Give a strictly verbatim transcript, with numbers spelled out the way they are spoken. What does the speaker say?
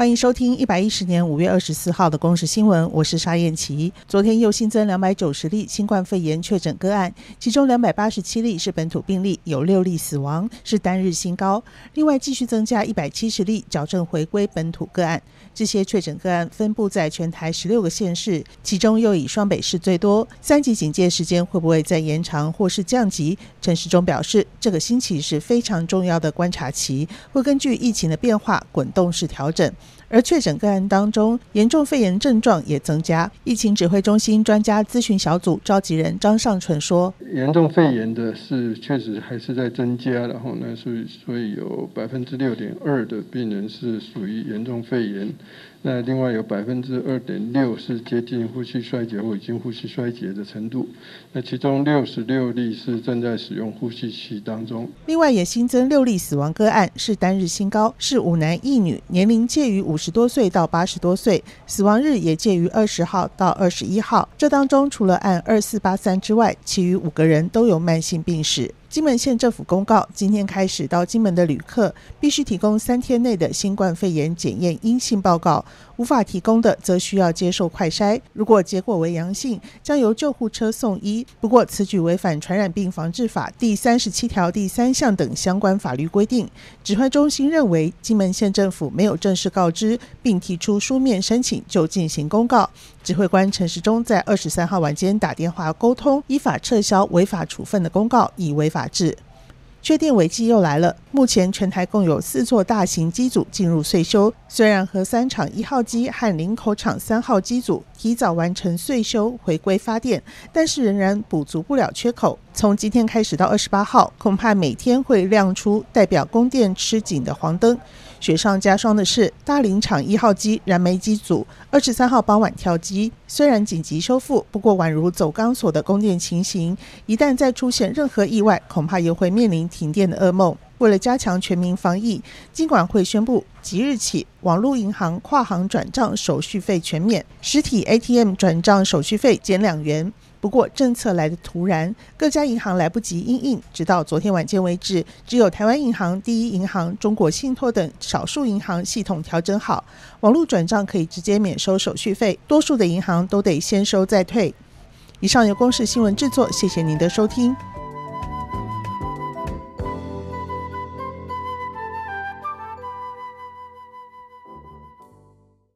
欢迎收听一百一十年五月二十四号的公视新闻，我是沙燕琪。昨天又新增两百九十例新冠肺炎确诊个案，其中两百八十七例是本土病例，有六例死亡，是单日新高。另外继续增加一百七十例矫正回归本土个案，这些确诊个案分布在全台十六个县市，其中又以双北市最多。三级警戒时间会不会再延长或是降级？陈时中表示，这个星期是非常重要的观察期，会根据疫情的变化滚动式调整。而确诊个案当中，严重肺炎症状也增加。疫情指挥中心专家咨询小组召集人张尚纯说， 严重肺炎的是确实还是在增加，然后呢，所以所以有百分之六点二的病人是属于严重肺炎，那另外有百分之二点六是接近呼吸衰竭或已经呼吸衰竭的程度，那其中六十六例是正在使用呼吸器当中。 另外也新增六例死亡个案，是单日新高，是五男一女，年龄介于五十多岁到八十多岁，死亡日也介于二十号到二十一号。这当中除了按二四八三之外，其余五个人都有慢性病史。金门县政府公告，今天开始到金门的旅客必须提供三天内的新冠肺炎检验阴性报告，无法提供的则需要接受快筛，如果结果为阳性，将由救护车送医。不过此举违反传染病防治法第三十七条第三项等相关法律规定。指挥中心认为，金门县政府没有正式告知并提出书面申请就进行公告。指挥官陈时中在二十三号晚间打电话沟通，依法撤销违法处分的公告，以违法治。缺电危机又来了，目前全台共有四座大型机组进入岁修，虽然核三厂一号机和林口厂三号机组提早完成岁修回归发电，但是仍然补足不了缺口。从今天开始到二十八号，恐怕每天会亮出代表供电吃紧的黄灯。雪上加霜的是，大林厂一号机燃煤机组二十三号傍晚跳机，虽然紧急修复，不过宛如走钢索的供电情形，一旦再出现任何意外，恐怕又会面临停电的噩梦。为了加强全民防疫，金管会宣布即日起，网络银行跨行转账手续费全免，实体 A T M 转账手续费减两元。不过政策来得突然，各家银行来不及因应，直到昨天晚间为止，只有台湾银行、第一银行、中国信托等少数银行系统调整好，网络转账可以直接免收手续费，多数的银行都得先收再退。以上由公视新闻制作，谢谢您的收听。